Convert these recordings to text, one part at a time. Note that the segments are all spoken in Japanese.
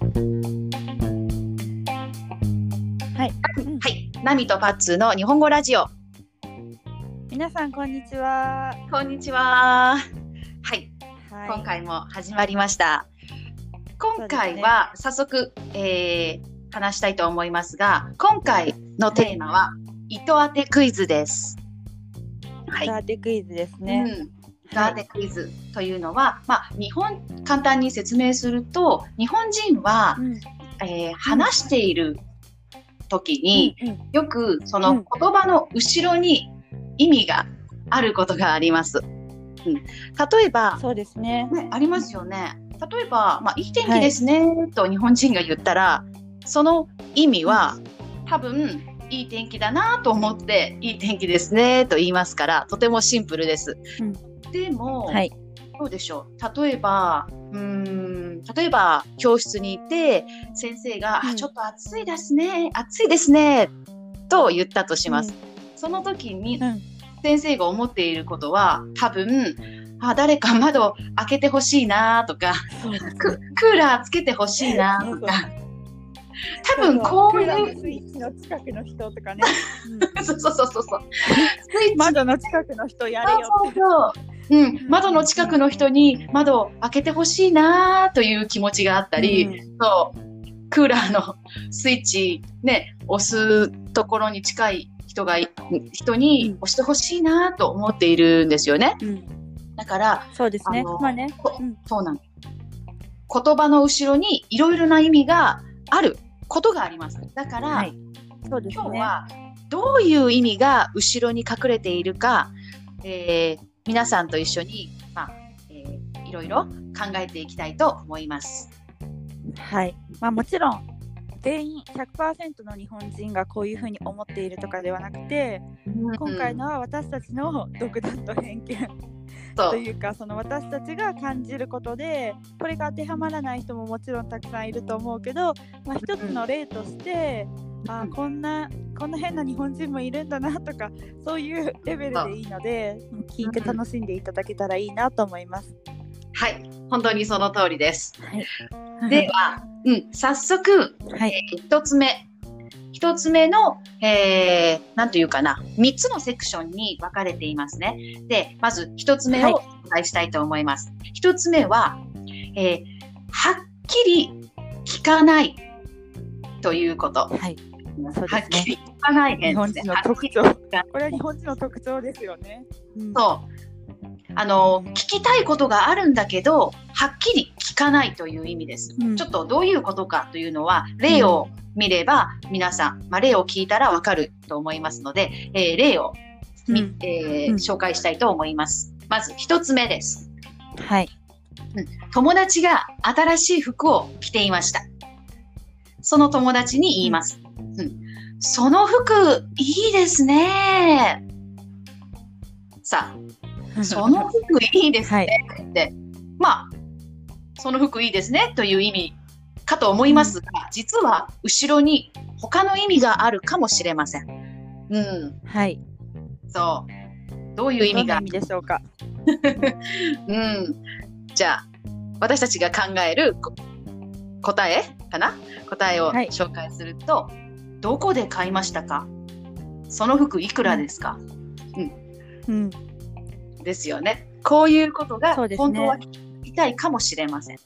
はい、 はい、ナミとパッツーの日本語ラジオ。 皆さんこんにちは。 こんにちは。はい、 はい、 今回も始まりました。今回は早速、話したいと思いますが、今回のテーマは、糸当てクイズです。 はい、糸当てクイズですね。 糸当てクイズというのは、簡単に説明すると、日本人は、話している時に、よくその言葉の後ろに意味があることがあります。例えば、 そうですね。 ありますよね。例えば、いい天気ですね、と日本人が言ったら、その意味は、多分、いい天気だなと思って、いい天気ですね、と言いますから、とてもシンプルです。でも、どうでしょう。例えば、教室にいて、先生が、ちょっと暑いですね、と言ったとします。その時に、先生が思っていることは、多分、誰か窓開けてほしいなとか、クーラーつけてほしいなとか、多分こういう。 スイッチの近くの人とかね。 そう。 窓の近くの人やれよって。 窓の近くの人に窓を開けてほしいなという気持ちがあったり、クーラーのスイッチね、押すところに近い人に押してほしいなと思っているんですよね。だから、 そうですね。 そうなんです。言葉の後ろにいろいろな意味があることがあります。だから、今日はどういう意味が後ろに隠れているか、皆さんと一緒に、いろいろ考えていきたいと思います。 はい。もちろん全員 100% の日本人がこういうふうに思っているとかではなくて、今回のは私たちの独断と偏見というか、その私たちが感じることで、これが当てはまらない人ももちろんたくさんいると思うけど、一つの例として、こんな変な日本人もいるんだなとか、そういうレベルでいいので、聞いて楽しんでいただけたらいいなと思います。 はい、本当にその通りです。では、早速、一つ目の、なんというかな、3つのセクションに分かれていますね。で、まず1つ目をお伝えしたいと思います。1つ目は、はっきり聞かないということ。 そうですね。 はっきり聞かない日本人の特徴。これは日本人の特徴ですよね。 聞きたいことがあるんだけど、はっきり聞かないという意味です。ちょっとどういうことかというのは、例を見れば、皆さん、例を聞いたらわかると思いますので、例を、紹介したいと思います。まず、一つ目です。友達が新しい服を着ていました。その友達に言います。その服、いいですね。さあ、その服いいですねって、その服いいですねという意味かと思いますが、実は後ろに他の意味があるかもしれません。そう。どういう意味が？ どんな意味でしょうか。 じゃあ、私たちが考える答えを紹介すると、どこで買いましたか？その服いくらですか？ですよね。こういうことが本当は聞きたいかもしれません。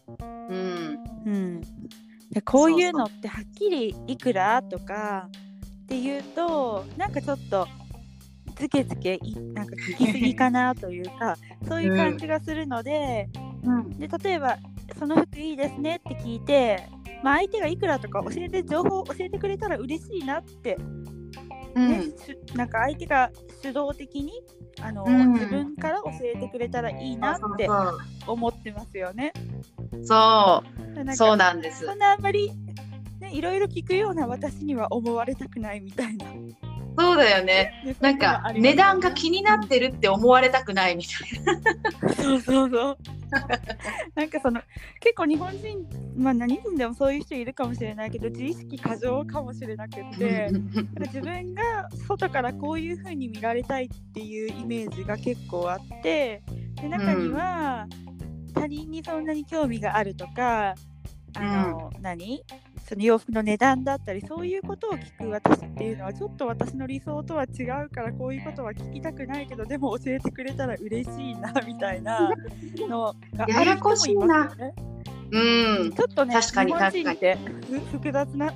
こういうのってはっきりいくらとかっていうと、なんかちょっとズケなんか聞きすぎかなというかそういう感じがするので、例えばその服いいですねって聞いて、相手がいくらとか情報を教えてくれたら嬉しいなって、なんか相手が主導的に自分から教えてくれたらいいなって思ってますよね。 そうなんです。 そんなあんまり、いろいろ聞くような私には思われたくないみたいな。 そうだよね。なんか値段が気になってるって思われたくないみたいな。 そう。なんか結構日本人、何人でもそういう人いるかもしれないけど、自意識過剰かもしれなくって自分が外からこういう風に見られたいっていうイメージが結構あって、で中には他人にそんなに興味があるとか、 その洋服の値段だったりそういうことを聞く私っていうのはちょっと私の理想とは違うからこういうことは聞きたくないけどでも教えてくれたら嬉しいなみたいなのがある人もいますよね。ちょっとね確かに日本人って複雑な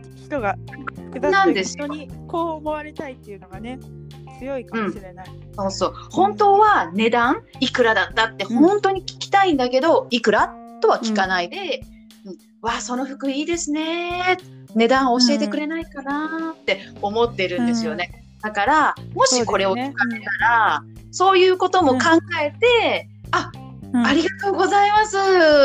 人にこう思われたいっていうのがね強いかもしれない。 そうそう、本当は値段いくらだったって本当に聞きたいんだけど、いくらとは聞かないで、わあその服いいですね、値段教えてくれないかなって思ってるんですよね。だからもしこれを聞かれたらそういうことも考えて、ありがとうございます、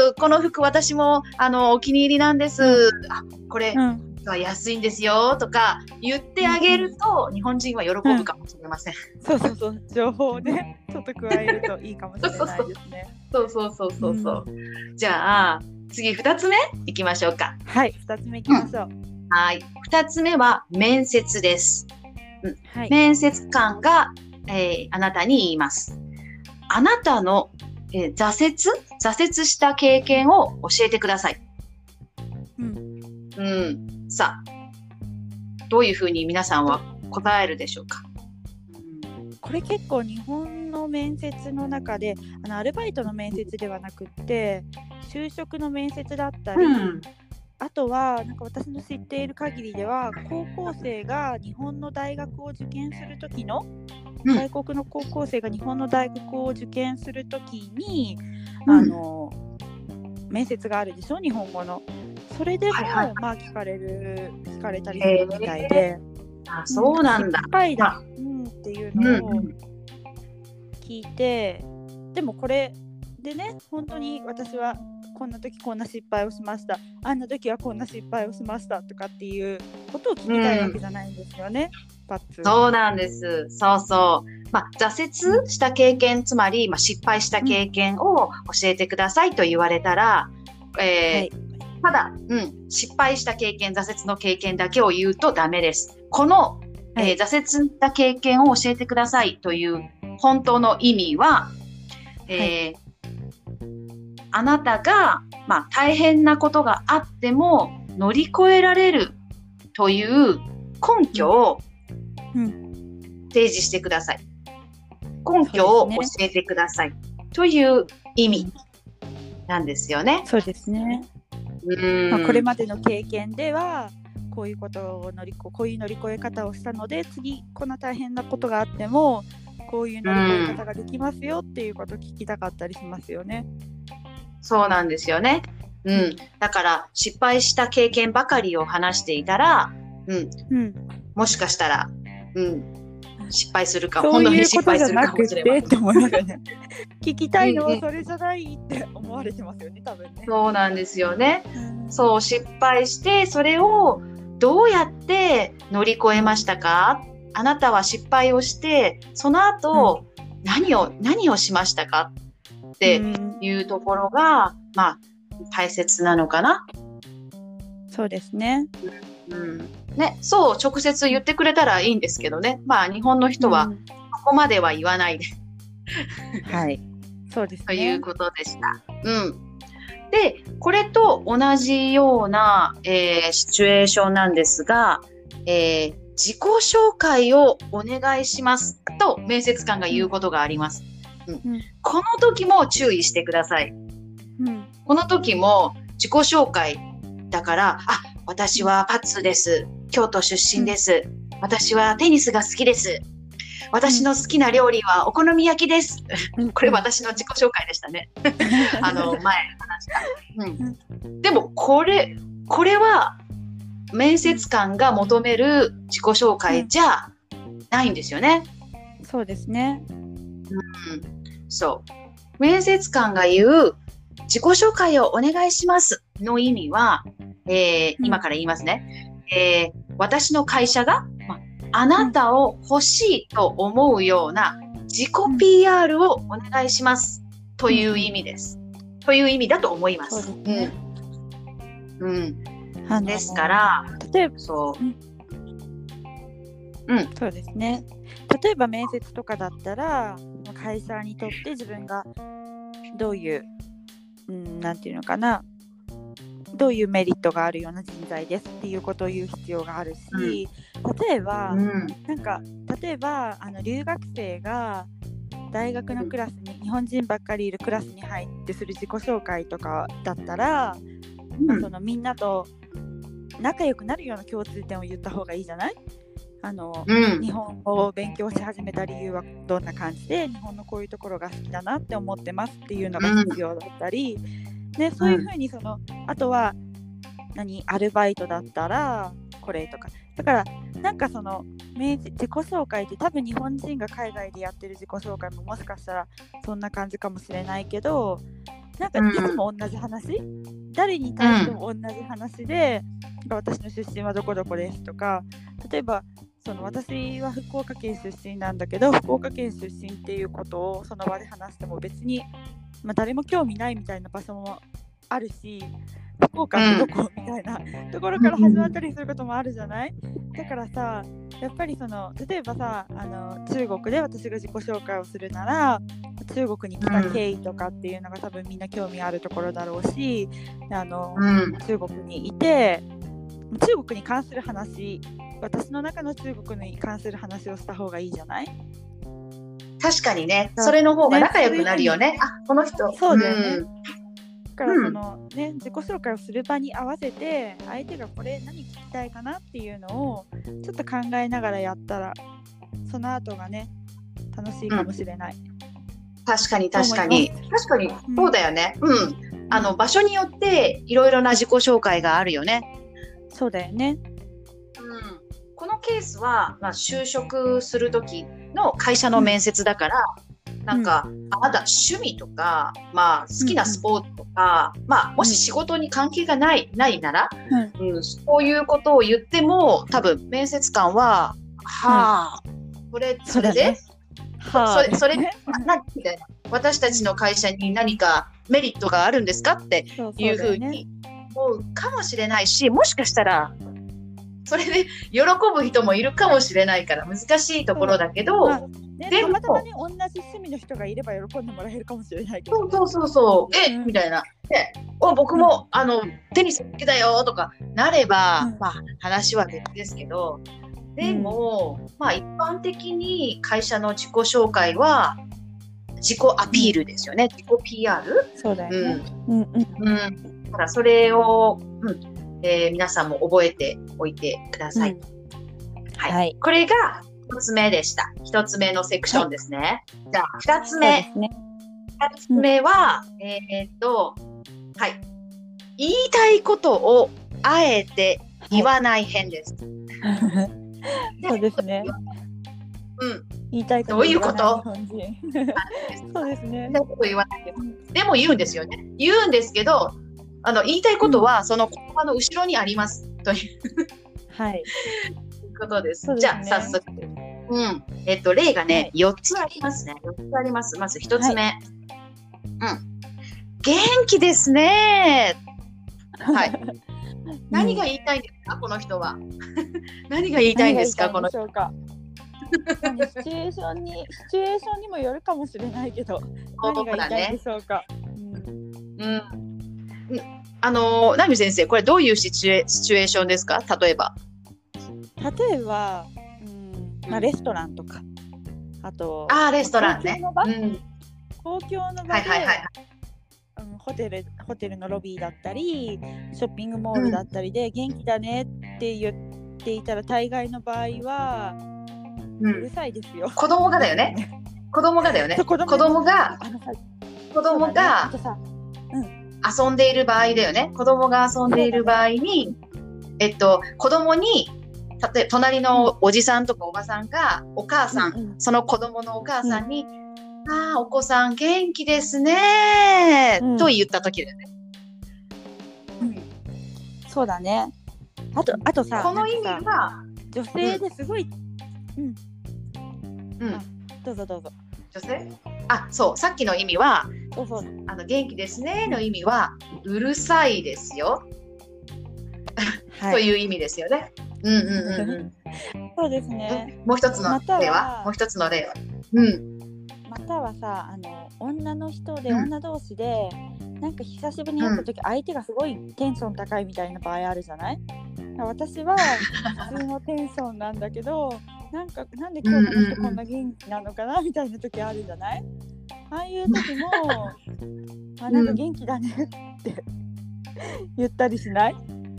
この服私もお気に入りなんです、これ、は安いんですよとか言ってあげると、日本人は喜ぶかもしれません。 そう情報をねちょっと加えるといいかもしれないですね。 そう、じゃあ次2つ目いきましょうか。 はい、2つ目いきましょう。 はい、2つ目は面接です。面接官が、あなたに言います。あなたの、挫折した経験を教えてください。さあどういうふうに皆さんは答えるでしょうか。 これ結構日本の面接の中でアルバイトの面接ではなくって就職の面接だったり、あとはなんか私の知っている限りでは高校生が日本の大学を受験する時の、外国の高校生が日本の大学を受験する時に、面接があるでしょ、日本語の。それでも、まあ聞かれたりするみたいで、 そうなんだ。 失敗だ、っていうのを聞いて、でもこれでね、本当に私はこんな時こんな失敗をしました、あんな時はこんな失敗をしましたとかっていうことを聞きたいわけじゃないんですよね。 そうなんです。挫折した経験、つまり、失敗した経験を教えてくださいと言われたら、ただ、失敗した経験、挫折の経験だけを言うとダメです。この、挫折した経験を教えてくださいという本当の意味は、あなたが、大変なことがあっても乗り越えられるという根拠を提示してください。根拠を教えてくださいという意味なんですよね。 そうですね。これまでの経験ではこういうことをこういう乗り越え方をしたので、次こんな大変なことがあってもこういう乗り越え方ができますよっていうことを聞きたかったりしますよね。 そうなんですよね。だから失敗した経験ばかりを話していたら、もしかしたら、失敗するかも、本当に失敗するかもしれません。 聞きたいのはそれじゃないって思われてますよね、多分ね。 そうなんですよね。そう、失敗してそれをどうやって乗り越えましたか？あなたは失敗をしてその後、何をしましたかっていうところが、大切なのかな。 そうですね。 そう直接言ってくれたらいいんですけどね。日本の人はそこまでは言わないで、 そうですね。 ということでした。で、これと同じような、シチュエーションなんですが、自己紹介をお願いしますと面接官が言うことがあります。この時も注意してください。この時も自己紹介だから、私はパッツです。京都出身です。私はテニスが好きです。私の好きな料理はお好み焼きです。これ私の自己紹介でしたね。前話した。でもこれは面接官が求める自己紹介じゃないんですよね。 そうですね。 そう。面接官が言う自己紹介をお願いしますの意味は、今から言いますね。私の会社が、あなたを欲しいと思うような自己 PR をお願いしますという意味です。という意味だと思います。 そうですね。 ですから例えばそうですね。例えば面接とかだったら会社にとって自分がどういうなんていうのかな、 どういうメリットがあるような人材ですっていうことを言う必要があるし、例えば、留学生が大学のクラスに日本人ばっかりいるクラスに入ってする自己紹介とかだったら、そのみんなと仲良くなるような共通点を言った方がいいじゃない？日本語を勉強し始めた理由はどんな感じで、日本のこういうところが好きだなって思ってますっていうのが必要だったり、ね、そういうふうにあとはアルバイトだったらこれとか、だからなんか自己紹介って多分日本人が海外でやってる自己紹介ももしかしたらそんな感じかもしれないけど、なんかいつも同じ話、誰に対しても同じ話で、私の出身はどこどこですとか、例えば私は福岡県出身なんだけど、福岡県出身っていうことをその場で話しても別に、誰も興味ないみたいな場所もあるし、福岡ってどこ、みたいなところから始まったりすることもあるじゃない？だからさ、やっぱり例えばさ、中国で私が自己紹介をするなら、中国に来た経緯とかっていうのが多分みんな興味あるところだろうし、中国にいて中国に関する話、私の中の中国に関する話をした方がいいじゃない？ 確かにね、それの方が仲良くなるよね。この人。 そうだよね。だから自己紹介をする場に合わせて、相手がこれ何聞きたいかなっていうのをちょっと考えながらやったら、その後がね楽しいかもしれない。 確かにそうだよね。場所によっていろいろな自己紹介があるよね。 そうだよね。 このケースは、就職する時の会社の面接だから、なんか、あなた趣味とか、好きなスポーツとか、もし仕事に関係がないなら、そういうことを言っても、多分面接官は、それで、それ何みたいな、私たちの会社に何かメリットがあるんですかっていうふうに思うかもしれないし、もしかしたらそれで喜ぶ人もいるかもしれないから難しいところだけど、 でもたまたまね、同じ趣味の人がいれば喜んでもらえるかもしれないけど、 みたいな、僕も、テニス好きだよとかなれば、話は別ですけど、でも、一般的に会社の自己紹介は自己アピールですよね。自己 PR。 そうだよね。 だからそれを、皆さんも覚えておいてください。はい。これが1つ目でした。1つ目のセクションですね。じゃあ2つ目。2つ目は、はい。言いたいことをあえて言わない編です。 そうですね。言いたいことどういうこと？ そうですね。 でも言うんですよね。言うんですけど、言いたいことはその言葉の後ろにありますということです。じゃあ早速、例がね、4つありますね。4つあります。まず1つ目、元気ですね。はい。何が言いたいんですか、この人は。何が言いたいんですか、この人。 シチュエーションにもよるかもしれないけど、何が言いたいんでしょうか。 ナミ先生、これどういうシチュエーションですか？例えば、 レストランとか、あとレストランね。 公共の場で、ホテルのロビーだったり、ショッピングモールだったりで、元気だねって言っていたら、大概の場合はうるさいですよ。 子供がだよね。子供が遊んでいる場合だよね。子供が遊んでいる場合に、子供に、例えば隣のおじさんとかおばさんが、お母さん、その子供のお母さんに、お子さん元気ですね、と言った時だよね。 そうだね。あとさ、 この意味は女性ですごい、どうぞ。 女性？そう、さっきの意味は、元気ですねの意味は、うるさいですよ。という意味ですよね。 そうですね。 もう一つの例は、 またはさ、女の人で、 うん女同士でなんか久しぶりに会った時、相手がすごいテンション高いみたいな場合あるじゃない？私は普通のテンションなんだけどなんで今日この人こんな元気なのかなみたいな時あるじゃない？ああいう時もなんか元気だねって言ったりしない？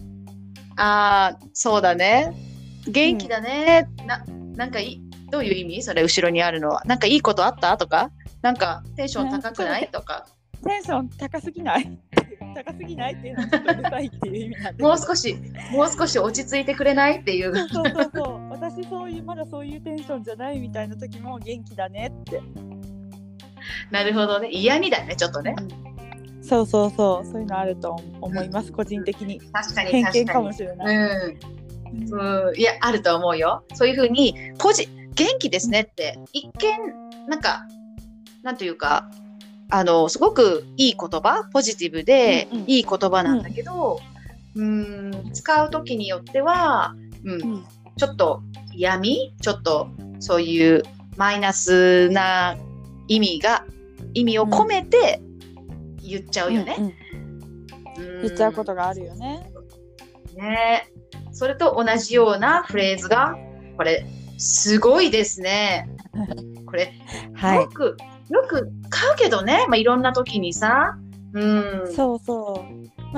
そうだね。元気だね。なんかどういう意味？それ後ろにあるのは。なんかいいことあったとか？なんかテンション高くないとか。 テンション高すぎない高すぎないっていうのはちょっとうるさいっていう意味なんだけどもう少し落ち着いてくれないっていう。 そう私まだそういうテンションじゃないみたいな時も元気だねって。 なるほどね。嫌味だね、ちょっとね。 そういうのあると思います、個人的に。 確かに偏見かもしれない。 いや、あると思うよ。そういうふうに元気ですねって一見なんというかすごくいい言葉、ポジティブでいい言葉なんだけど、使う時によっては、ちょっと嫌味、ちょっとそういうマイナスな意味を込めて言っちゃうよね。 言っちゃうことがあるよね。 ね、それと同じようなフレーズがこれすごいですね。これ、はい、よく買うけどね、いろんな時にさ、 そうそう、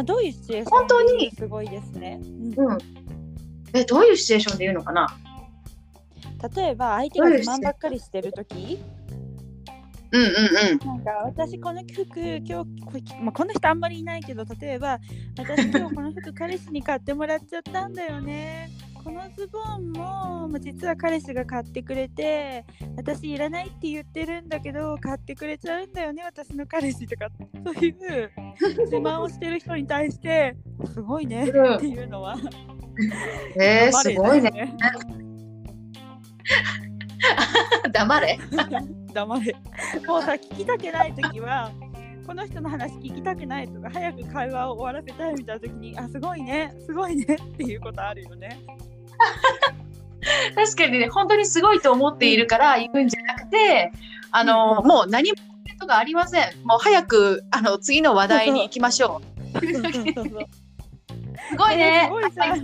どういうシチュエーション本当にすごいですね。 どういうシチュエーションで言うのかな。 例えば相手が自慢ばっかりしてる時、なんか私この服今日、この人あんまりいないけど、例えば私今日この服彼氏に買ってもらっちゃったんだよね。このズボンも実は彼氏が買ってくれて、私いらないって言ってるんだけど買ってくれちゃうんだよね、私の彼氏とか、そういう自慢をしてる人に対してすごいねっていうのはすごいね。黙れ黙れ。もうさ、聞きたくないときは、この人の話聞きたくないとか、早く会話を終わらせたいみたいなときに、すごいねっていうことあるよね。 確かにね、本当にすごいと思っているから言うんじゃなくて、もう何もことがありません。もう早く次の話題に行きましょう。すごいね。すごいさ。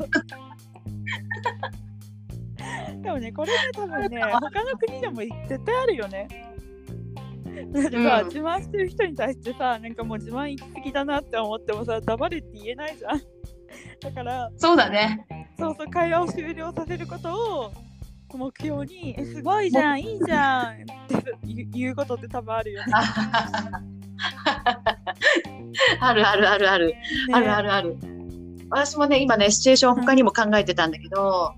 でもね、これね、多分ね、他の国でも絶対あるよね。だってさ、自慢してる人に対してさ、なんかもう自慢行き過ぎだなって思ってもさ、黙れって言えないじゃん。だから、 そうだね。 会話を終了させることを目標に、すごいじゃん、いいじゃんって言うことって多分あるよね。 ある。ある。私もね、今ね、シチュエーション他にも考えてたんだけど、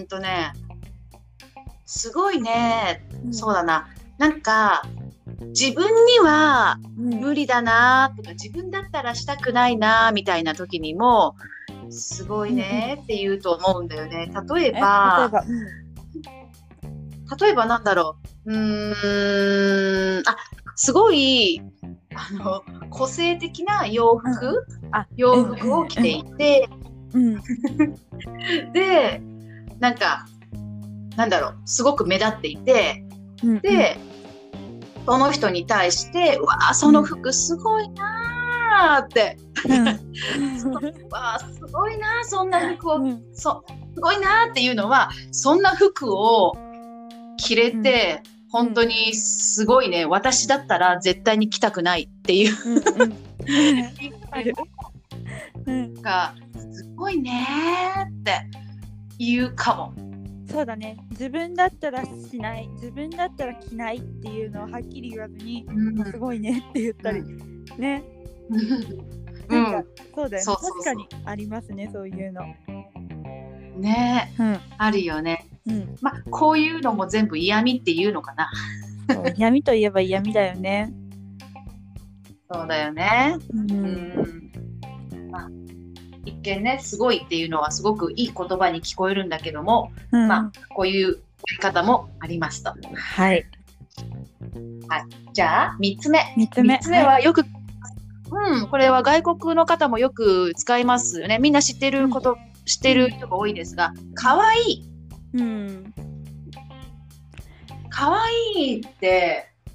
すごいね、そうだな、なんか自分には無理だなとか、自分だったらしたくないなみたいな時にもすごいねって言うと思うんだよね。例えばなんだろう、すごい個性的な洋服を着ていて、でなんだろう、すごく目立っていて、でその人に対してその服すごいなーって、すごいなー、そんな服を、すごいなーっていうのは、そんな服を着れて、本当にすごいね、私だったら絶対に着たくないっていうがすごいねーって言うかも。 そうだね、自分だったらしない、自分だったら着ないっていうのをはっきり言わずに、すごいねって言ったりね。なんかそうだよね、確かにありますね、そういうのね、あるよね。こういうのも全部嫌味っていうのかな。 嫌味といえば嫌味だよね。 そうだよね。一見ね、すごいっていうのはすごくいい言葉に聞こえるんだけども、こういうやり方もありますと。 はい。 じゃあ3つ目はよく、これは外国の方もよく使いますよね。みんな知ってる人が多いですが、かわいい。かわいいって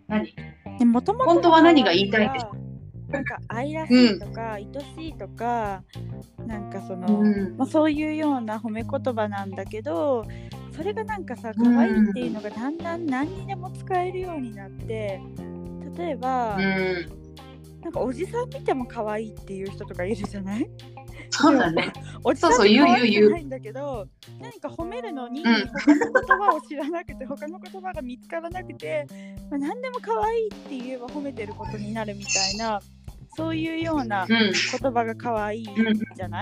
何？ でもともと本当は何が言いたいんでしょ？ なんか愛らしいとか、愛しいとか、なんかその、そういうような褒め言葉なんだけど、それがなんかさ、可愛いっていうのがだんだん何にでも使えるようになって、例えば、なんかおじさん見ても可愛いっていう人とかいるじゃない？ そうだね。 おじさんって可愛いじゃないんだけど、何か褒めるのに他の言葉を知らなくて、他の言葉が見つからなくて、何でも可愛いって言えば褒めてることになるみたいな、そういうような言葉が可愛いじゃない？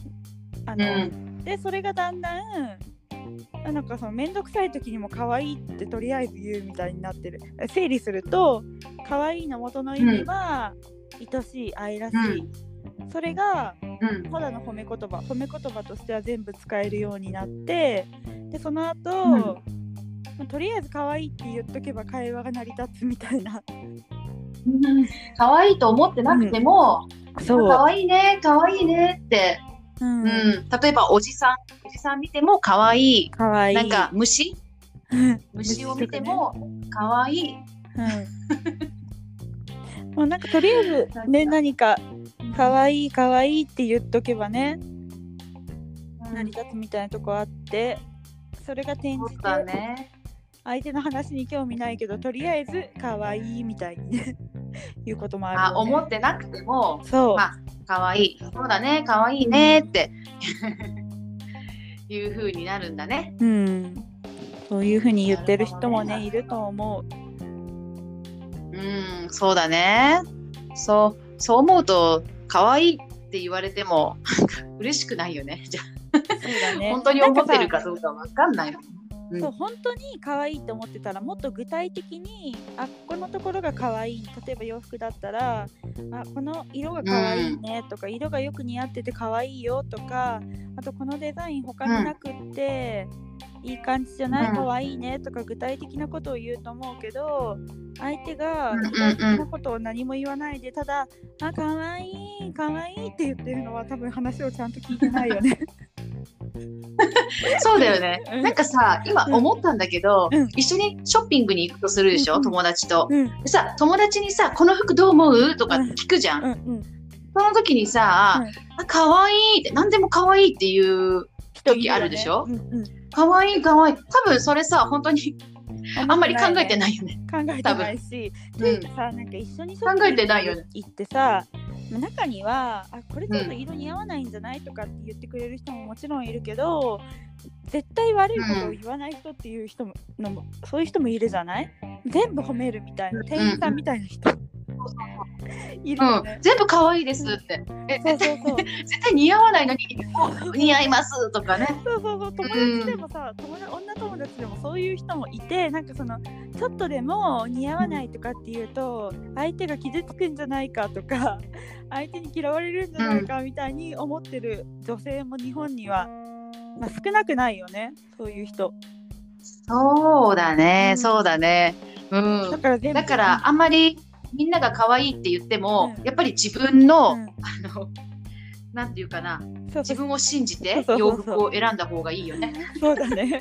でそれがだんだんなんかそのめんどくさい時にも可愛いってとりあえず言うみたいになってる。整理すると、可愛いの元の意味は、愛しい、愛らしい、それがただの褒め言葉としては全部使えるようになって、でその後、とりあえず可愛いって言っとけば会話が成り立つみたいな。 可愛いと思ってなくても、可愛いね可愛いねって、例えばおじさん見ても可愛い、なんか虫を見ても可愛い、 もうなんかとりあえずね、何か可愛い可愛いって言っとけばね、成り立つみたいなとこあって、それが転じて、相手の話に興味ないけどとりあえず可愛いみたいにいうこともあるよね。 思ってなくても、 そう、 可愛い、そうだね可愛いねっていう風になるんだね。 そういう風に言ってる人もね、いると思う。 そうだね。そう思うと可愛いって言われても嬉しくないよね。じゃあそうだね、本当に思ってるかどうか分かんないもん。 そう、本当に可愛いと思ってたらもっと具体的に、ここのところが可愛い、例えば洋服だったら、この色が可愛いねとか、色がよく似合ってて可愛いよとか、あとこのデザイン他になくって、いい感じじゃない、可愛いねとか具体的なことを言うと思うけど、相手が具体的なことを何も言わないで、ただ可愛い可愛いって言ってるのは多分話をちゃんと聞いてないよね。 そうだよね。なんかさ、今思ったんだけど、一緒にショッピングに行くとするでしょ、友達と。でさ、友達にさ、この服どう思うとか聞くじゃん。その時にさ、可愛いって、何でも可愛いっていう時あるでしょ。可愛い可愛い。多分それさ、本当にあんまり考えてないよね。 考えてないし、さ、なんか一緒にショッピングに行ってさ、中にはこれちょっと色似合わないんじゃないとかって言ってくれる人ももちろんいるけど、絶対悪いことを言わない人っていう人も、そういう人もいるじゃない？全部褒めるみたいな、店員さんみたいな人いるよね。 全部可愛いですって。絶対似合わないのに似合いますとかね。 友達でもさ、女友達でもそういう人もいて、なんかそのちょっとでも似合わないとかっていうと、相手が傷つくんじゃないかとか、相手に嫌われるんじゃないかみたいに思ってる女性も日本には、少なくないよね、そういう人。 そうだね、そうだね。だからあんまりみんなが可愛いって言っても、やっぱり自分の、なんていうかな、自分を信じて洋服を選んだ方がいいよね。 そうだね。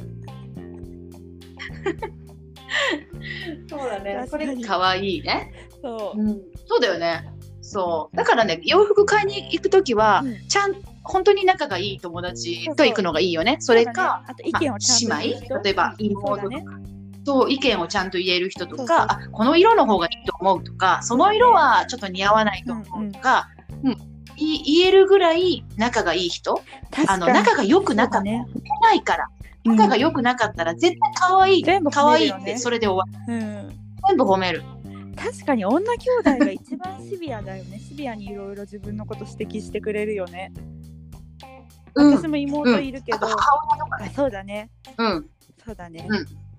そうだね。それ可愛いね。そうだよね。そうだからね、洋服買いに行くときは、本当に仲がいい友達と行くのがいいよね。それか、 あと意見をちゃんと姉妹、例えば妹とか、そう意見をちゃんと言える人とか、この色の方がいいと思うとか、その色はちょっと似合わないと思うとか、言えるぐらい仲がいい人、仲が良くなかったら、ないから、仲が良くなかったら絶対可愛い可愛いってそれで終わる。全部褒める。 確かに女兄弟が一番シビアだよね。シビアにいろいろ自分のこと指摘してくれるよね。私も妹いるけど、そうだね。そうだね。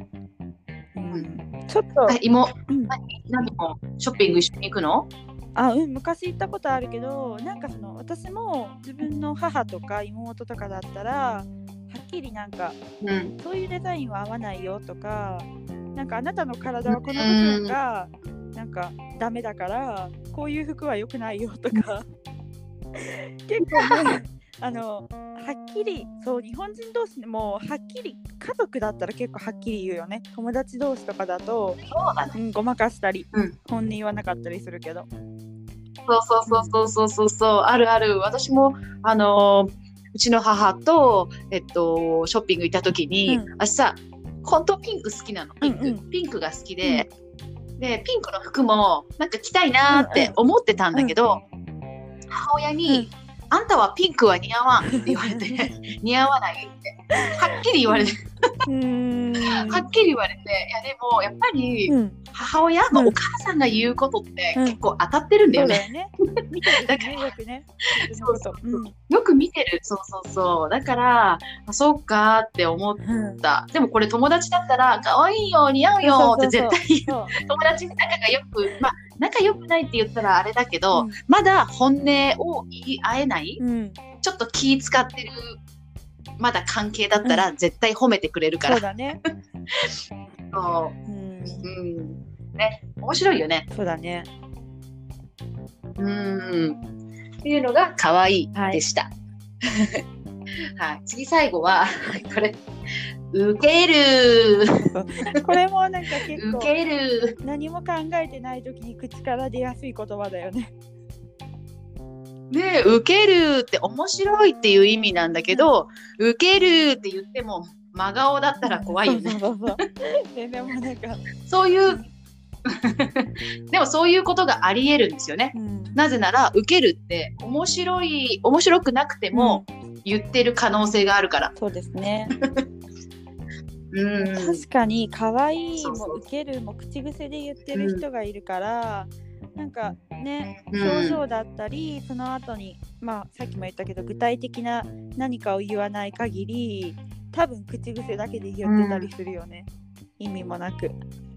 ちょっと何もショッピング一緒に行くの？ 昔行ったことあるけど、なんかその私も自分の母とか妹とかだったら、はっきりなんか、そういうデザインは合わないよとか、なんかあなたの体はこの部分がなんかダメだからこういう服は良くないよとか結構ねははっきりそう日本人同士でもはっきり家族だったら結構はっきり言うよね。友達同士とかだと、 そうだね。 ごまかしたり、 うん本音言わなかったりするけど。 そう、あるある。私も、うちの母と、ショッピング行った時に、私さ、本当ピンク好きなの。ピンクが好きで、で、ピンクの服も、なんか着たいなーって思ってたんだけど、母親に、あんたはピンクは似合わんって言われて、似合わないって、はっきり言われて、はっきり言われて、いやでも、やっぱり、母親、お母さんが言うことって結構当たってるんだよね。 見てるね、よくね。 よく見てる。そう。だから、そうかって思った。でもこれ友達だったら、可愛いよ、似合うよって絶対言う。友達に仲良くないって言ったらあれだけど、まだ本音を言い合えない、ちょっと気使ってる、まだ関係だったら絶対褒めてくれるから。 そうだね。 ね、面白いよね。 そうだね。 っていうのが可愛いでした。はい、次最後はこれウケる。 これもなんか結構ウケる。 何も考えてない時に口から出やすい言葉だよね。 ねえ、ウケるって面白いっていう意味なんだけど、ウケるって言っても真顔だったら怖いよね。 でもなんかそういうでもそういうことがあり得るんですよね。なぜならウケるって面白くなくても言ってる可能性があるから。 そうですね。確かに可愛いもウケるも口癖で言ってる人がいるから、なんかね、表情だったりその後にさっきも言ったけど具体的な何かを言わない限り多分口癖だけで言ってたりするよね、意味もなく。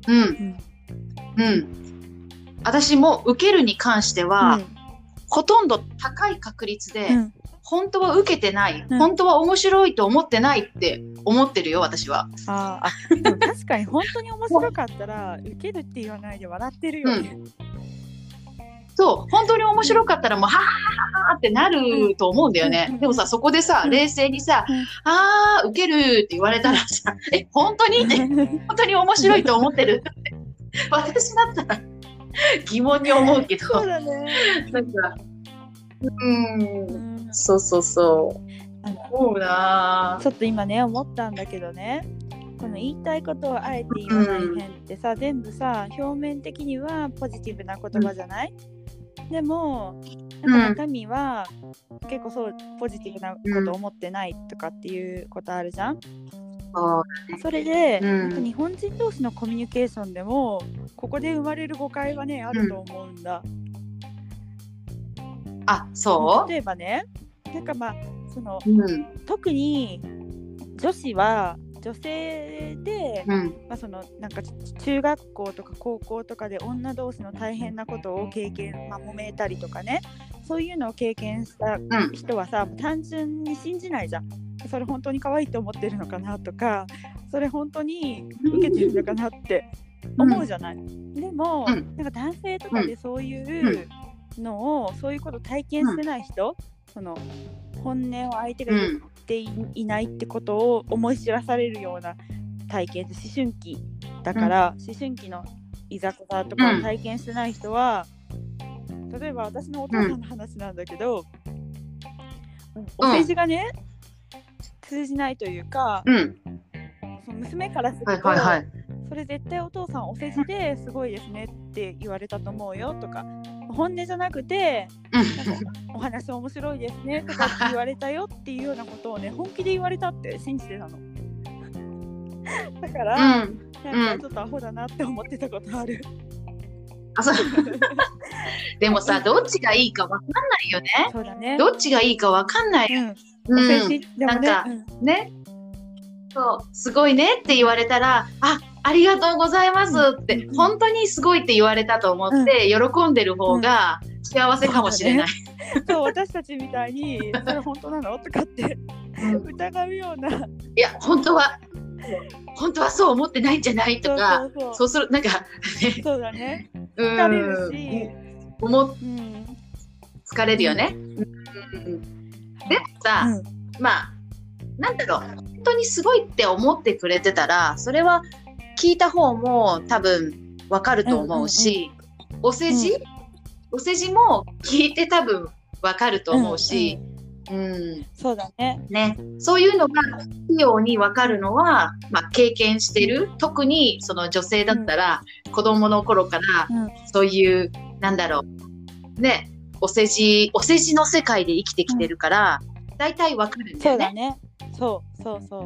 私も受けるに関しては、ほとんど高い確率で、本当は受けてない、本当は面白いと思ってないって思ってるよ、私は。 でも確かに本当に面白かったら受けるって言わないで笑ってるよね。 そう、本当に面白かったらもうはーってなると思うんだよね。でもさ、そこでさ、冷静にさ、受けるって言われたらさ、本当にって本当に面白いと思ってるって私だったら疑問に思うけど、 そうだね。 なんかそうそうだ。 ちょっと今ね思ったんだけどね、この言いたいことをあえて言わない辺ってさ、全部さ表面的にはポジティブな言葉じゃない？でもなんか中身は結構そうポジティブなこと思ってないとかっていうことあるじゃん。それで、なんか日本人同士のコミュニケーションでもここで生まれる誤解はねあると思うんだ。例えばね、なんか特に女子は女性で、なんか中学校とか高校とかで女同士の大変なことを経験、揉めたりとかね、そういうのを経験した人はさ、単純に信じないじゃん。それ本当に可愛いと思ってるのかなとか、それ本当に受けてるのかなって思うじゃない。でも、なんか男性とかでそういうのを、そういうことを体験してない人、その本音を相手が言っていないってことを思い知らされるような体験で、思春期だから、思春期のいざこざとかを体験してない人は、例えば私のお父さんの話なんだけど、お世辞がね通じないというか、その娘からすると、それ絶対お父さんお世辞ですごいですねって言われたと思うよとか、本音じゃなくてなんかお話面白いですねとかって言われたよっていうようなことをね、本気で言われたって信じてたの。だから、なんかちょっとアホだなって思ってたことある。 でもさ、どっちがいいか分かんないよね。 そうだね。 どっちがいいか分かんない。なんかね、そうすごいねって言われたら、ありがとうございますって、本当にすごいって言われたと思って喜んでる方が幸せかもしれない。 そう、私たちみたいにそれ本当なのとかって疑うような。いや本当はそう思ってないんじゃないとか、そうするなんかそうだね。疲れるし、 疲れるよね。でもさ、 まあ、なんだろう、本当にすごいって思ってくれてたら、それは聞いた方も多分わかると思うし、お世辞も聞いて多分わかると思うし、 そうだね。 そういうのが器用にわかるのは、まあ、経験してる。特にその女性だったら、子供の頃からそういう、なんだろう、ね、お世辞の世界で生きてきてるから、大体わかるんだよね。 そうだね。そう。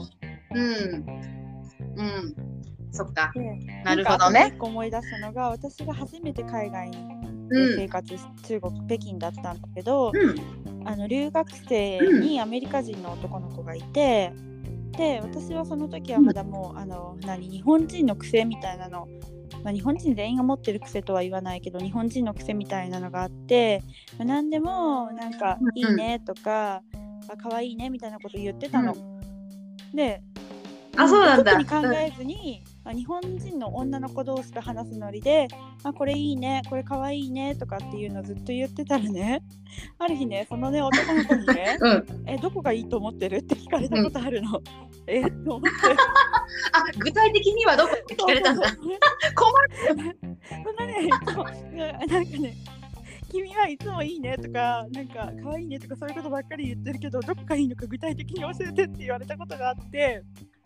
そっか。なるほどね。 一個思い出したのが、私が初めて海外に生活し、中国北京だったんだけど、留学生にアメリカ人の男の子がいて、で私はその時はまだもう日本人の癖みたいなの、日本人全員が持ってる癖とは言わないけど、日本人の癖みたいなのがあって、何でもなんかいいねとか、可愛いねみたいなこと言ってたの。で、 そうなんだ。 特に考えずに、日本人の女の子同士と話すノリで、これいいね、これ可愛いねとかっていうのをずっと言ってたらね、ある日ね、そのね男の子にね、どこがいいと思ってるって聞かれたことあるの。と思って。 具体的にはどこって聞かれたんだ。困る。 そんなね、なんかね、君はいつもいいねとか、なんか可愛いねとかそういうことばっかり言ってるけど、どこがいいのか具体的に教えてって言われたことがあって。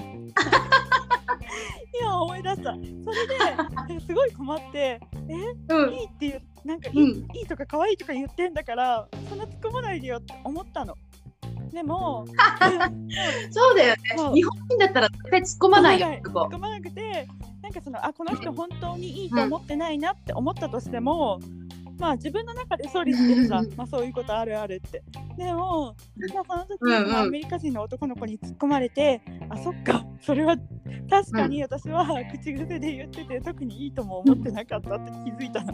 今思い出した。それですごい困って、いいっていう、なんかいいとか可愛いとか言ってんだから、そんな突っ込まないでよって思ったの。でもそうだよね。日本人だったら絶対突っ込まないよ。突っ込まなくて、なんかこの人本当にいいと思ってないなって思ったとしても、自分の中で処理してるさ、そういうことあるあるって。でも、その時にアメリカ人の男の子に突っ込まれて、そっか、それは確かに私は口癖で言ってて、特にいいとも思ってなかったって気づいたの。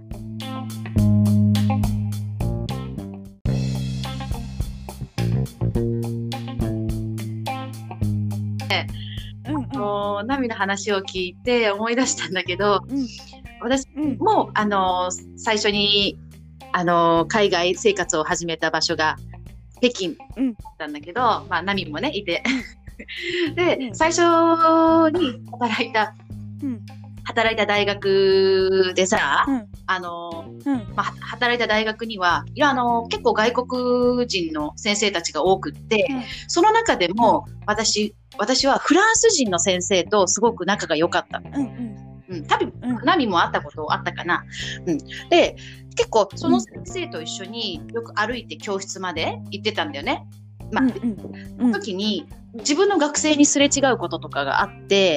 ナミの話を聞いて思い出したんだけど、私も、最初に海外生活を始めた場所が北京だったんだけど、ナミもねいてで、最初に働いた大学でさ、働いた大学には結構外国人の先生たちが多くって、その中でも私はフランス人の先生とすごく仲が良かった。多分、ナミも会ったことあったかな。で、結構その先生と一緒によく歩いて教室まで行ってたんだよね。その時に自分の学生にすれ違うこととかがあって、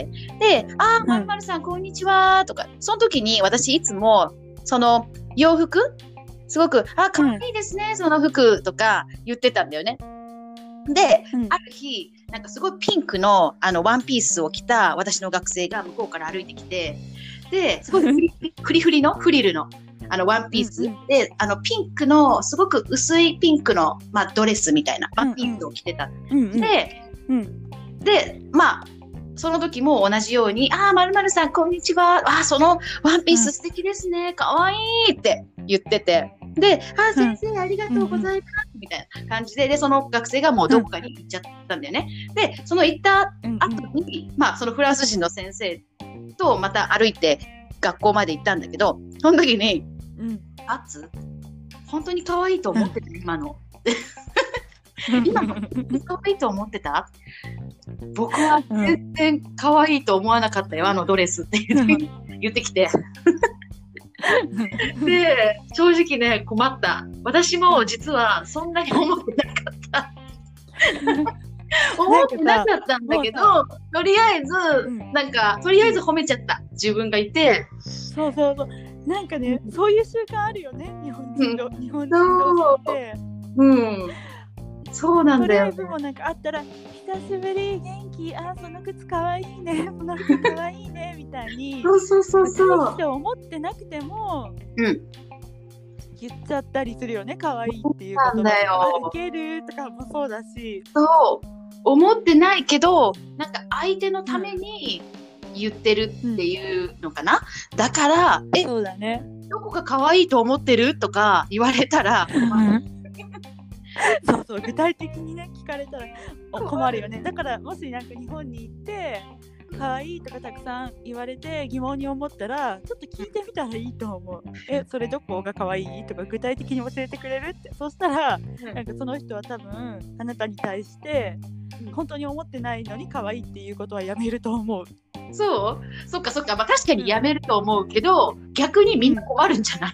で、まるまるさんこんにちはとか、その時に私いつもその洋服すごくかわいいですね、その服とか言ってたんだよね。で、ある日なんかすごいピンクのワンピースを着た私の学生が向こうから歩いてきて、ですごいフリフリのフリルのワンピースで、ピンクのすごく薄いピンクの、ドレスみたいなワンピースを着てた。で、その時も同じように、まるまるさんこんにちは、そのワンピース素敵ですね、かわいいって言ってて、で、先生ありがとうございます、みたいな感じで、その学生がもうどこかに行っちゃったんだよね。で、その行った後に、そのフランス人の先生とまた歩いて学校まで行ったんだけど、その時に、本当に可愛いと思ってた、今の。今、可愛いと思ってた？僕は全然可愛いと思わなかったよ、ドレスって言ってきて。で、正直ね、困った。私も実はそんなに思ってなかった。思ってなかったんだけど、とりあえず褒めちゃった。自分がいて。 そう。なんかね、そういう習慣あるよね、日本人同士って。 そうなんだよ。 とりあえずもなんかあったら、久しぶり、元気、その靴かわいいね、その服かわいいね、みたいに。そうって思ってなくても、言っちゃったりするよね、かわいいっていうこと。ウケるとかもそうだし。 そう、思ってないけど、なんか相手のために言ってるっていうのかな。だから、 そうだね。 どこか可愛いと思ってるとか言われたら、 そうそう、具体的にね聞かれたら困るよね。だからもしなんか日本に行って可愛いとかたくさん言われて疑問に思ったらちょっと聞いてみたらいいと思う。それどこが可愛いとか具体的に教えてくれるって。そしたらなんかその人は多分あなたに対して本当に思ってないのに可愛いっていうことはやめると思う。 そっかそっか、まあ、確かにやめると思うけど、逆にみんな困るんじゃない？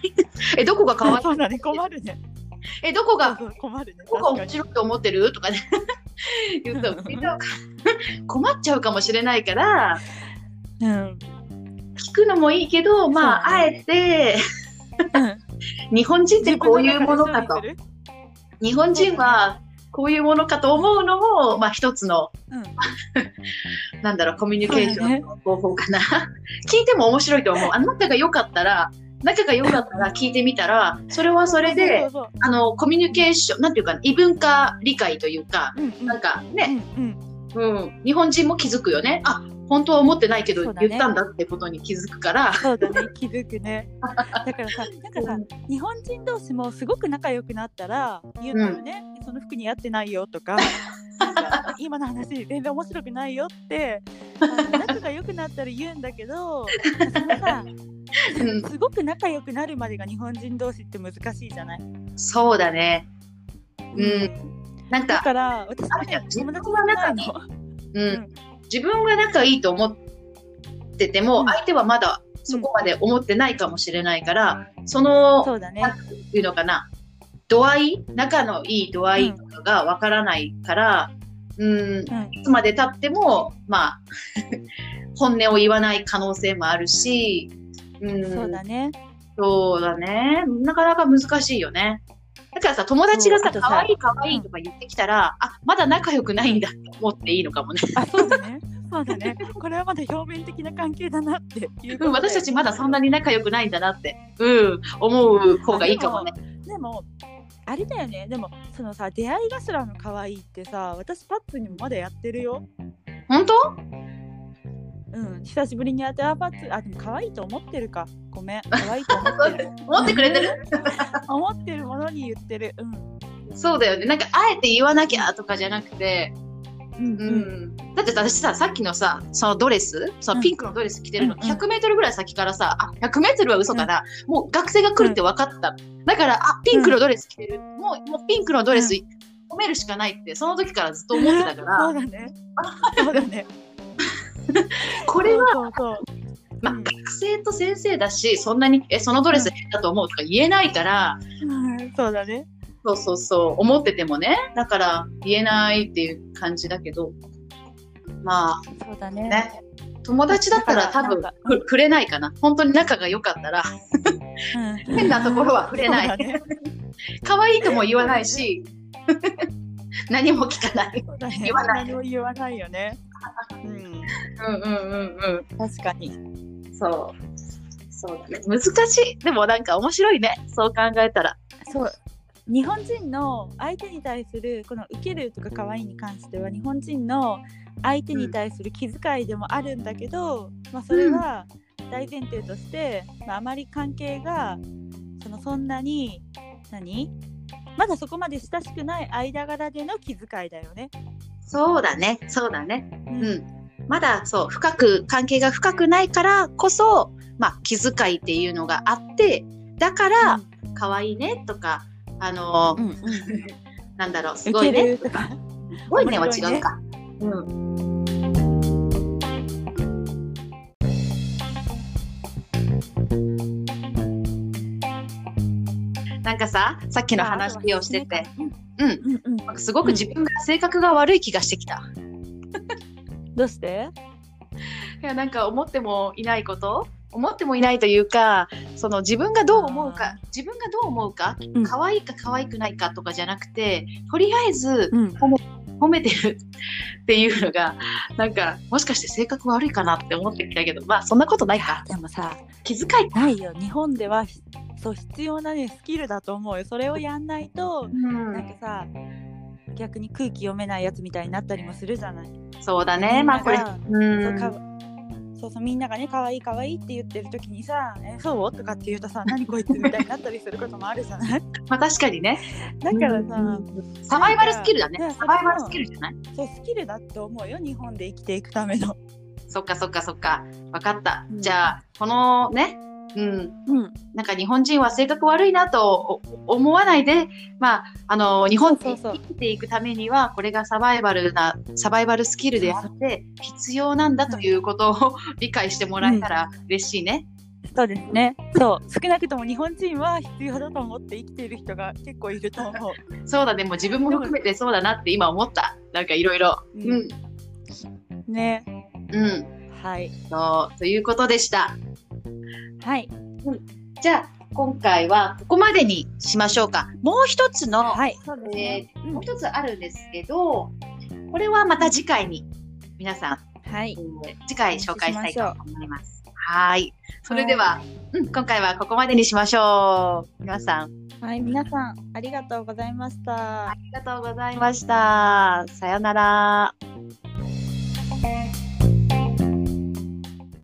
どこが可愛い？ そうだね、困るね。 どこが困るね。 どこが面白いと思ってるとかね言うとみんな困っちゃうかもしれないから、聞くのもいいけど、まあ、あえて日本人ってこういうものかと、日本人はこういうものかと思うのも、まあ一つの、なんだろう、コミュニケーションの方法かな。聞いても面白いと思う。仲が良かったら聞いてみたら、それはそれで、コミュニケーション、なんていうか、異文化理解というか、なんかね、日本人も気づくよね。あ、本当は思ってないけど、言ったんだってことに気づくから。 そうだね、気づくね。だからさ、日本人同士もすごく仲良くなったら言うんだよね。その服に合ってないよとか、今の話全然面白くないよって、仲が良くなったら言うんだけど、そのさ、すごく仲良くなるまでが日本人同士って難しいじゃない？ そうだね。なんかだから私もね、友達がないの。 自分が仲いいと思ってても、相手はまだそこまで思ってないかもしれないから、 そうだね。 なんていうのかな、度合い、仲のいい度合いとかがわからないから、いつまで経っても、まあ、本音を言わない可能性もあるし、 そうだね。 そうだね。なかなか難しいよね。だからさ、友達がさ、可愛い可愛いとか言ってきたら、まだ仲良くないんだって思っていいのかもね。 そうだね。そうだね。これはまだ表面的な関係だなっていう。 私たちまだそんなに仲良くないんだなって、思う方がいいかもね。 でもあれだよね。でもそのさ、出会い頭の可愛いってさ、私パッツにもまだやってるよ。 本当？ 久しぶりに会ってパッツ、でも可愛いと思ってるか。ごめん、可愛いと思ってる。 思ってくれてる？ 思ってるものに言ってる。 そうだよね。なんかあえて言わなきゃとかじゃなくて、だって私さ、さっきのさ、そのドレス、そのピンクのドレス着てるの、100メートルぐらい先からさ、100メートルは嘘かな、もう学生が来るって分かった。だから、ピンクのドレス着てる。もうピンクのドレス褒めるしかないって、その時からずっと思ってたから。 そうだね。そうだね。 これは、学生と先生だし、そんなに、そのドレス変だと思うとか言えないから、 そうだね。 そう思っててもね、だから言えないっていう感じだけど、まあ、 そうだね。 友達だったら多分触れないかな。本当に仲が良かったら、変なところは触れない。可愛いとも言わないし、何も聞かない。 言わない。何も言わないよね。確かに。 そうだね。難しい。でもなんか面白いね。そう考えたら。 そう。日本人の相手に対するこの受けるとか可愛いに関しては、日本人の相手に対する気遣いでもあるんだけど、それは大前提として、あまり関係がそんなにまだそこまで親しくない間柄での気遣いだよね。 そうだね。まだ関係が深くないからこそ、気遣いっていうのがあって、だから可愛いねとか、なんだろう、すごいね。すごいねは違うか。なんかさっきの話をしてて、すごく自分が性格が悪い気がしてきた。 どうして？ いや、なんか思ってもいないというか、自分がどう思うか、可愛いか可愛くないかとかじゃなくて、とりあえず褒めてるっていうのが、なんかもしかして性格悪いかなって思ってきたけど、そんなことないか。 でもさ、 気遣いないよ。日本では必要なねスキルだと思うよ。それをやんないと、なんかさ、逆に空気読めないやつみたいになったりもするじゃない。 そうだね。これそうそう、みんながね可愛い可愛いって言ってる時にさ、そうとかって言うとさ、何こいつみたいになったりすることもあるじゃない。 まあ確かにね。 だからさ、 サバイバルスキルだね。 なんかサバイバルスキルじゃない？ そう、スキルだって思うよ、日本で生きていくための。 そっかそっかそっか。わかった。 うんじゃあ、このね、なんか日本人は性格悪いなと思わないで、まあ、日本で生きていくためには、これがサバイバルスキルであって必要なんだということを理解してもらえたら嬉しいね。 そうですね。そう、少なくとも日本人は必要だと思って生きている人が結構いると思う。 そうだね、もう自分も含めてそうだなって今思った。なんかいろいろ。 ね。はい。 ということでした。 はい。 じゃあ今回はここまでにしましょうか。もう一つの、 はい、そうですね。 もう一つあるんですけど、これはまた次回に皆さん、次回紹介したいと思います。はい。それでは、今回はここまでにしましょう。皆さん。 はい、皆さんありがとうございました。 ありがとうございました。さよなら。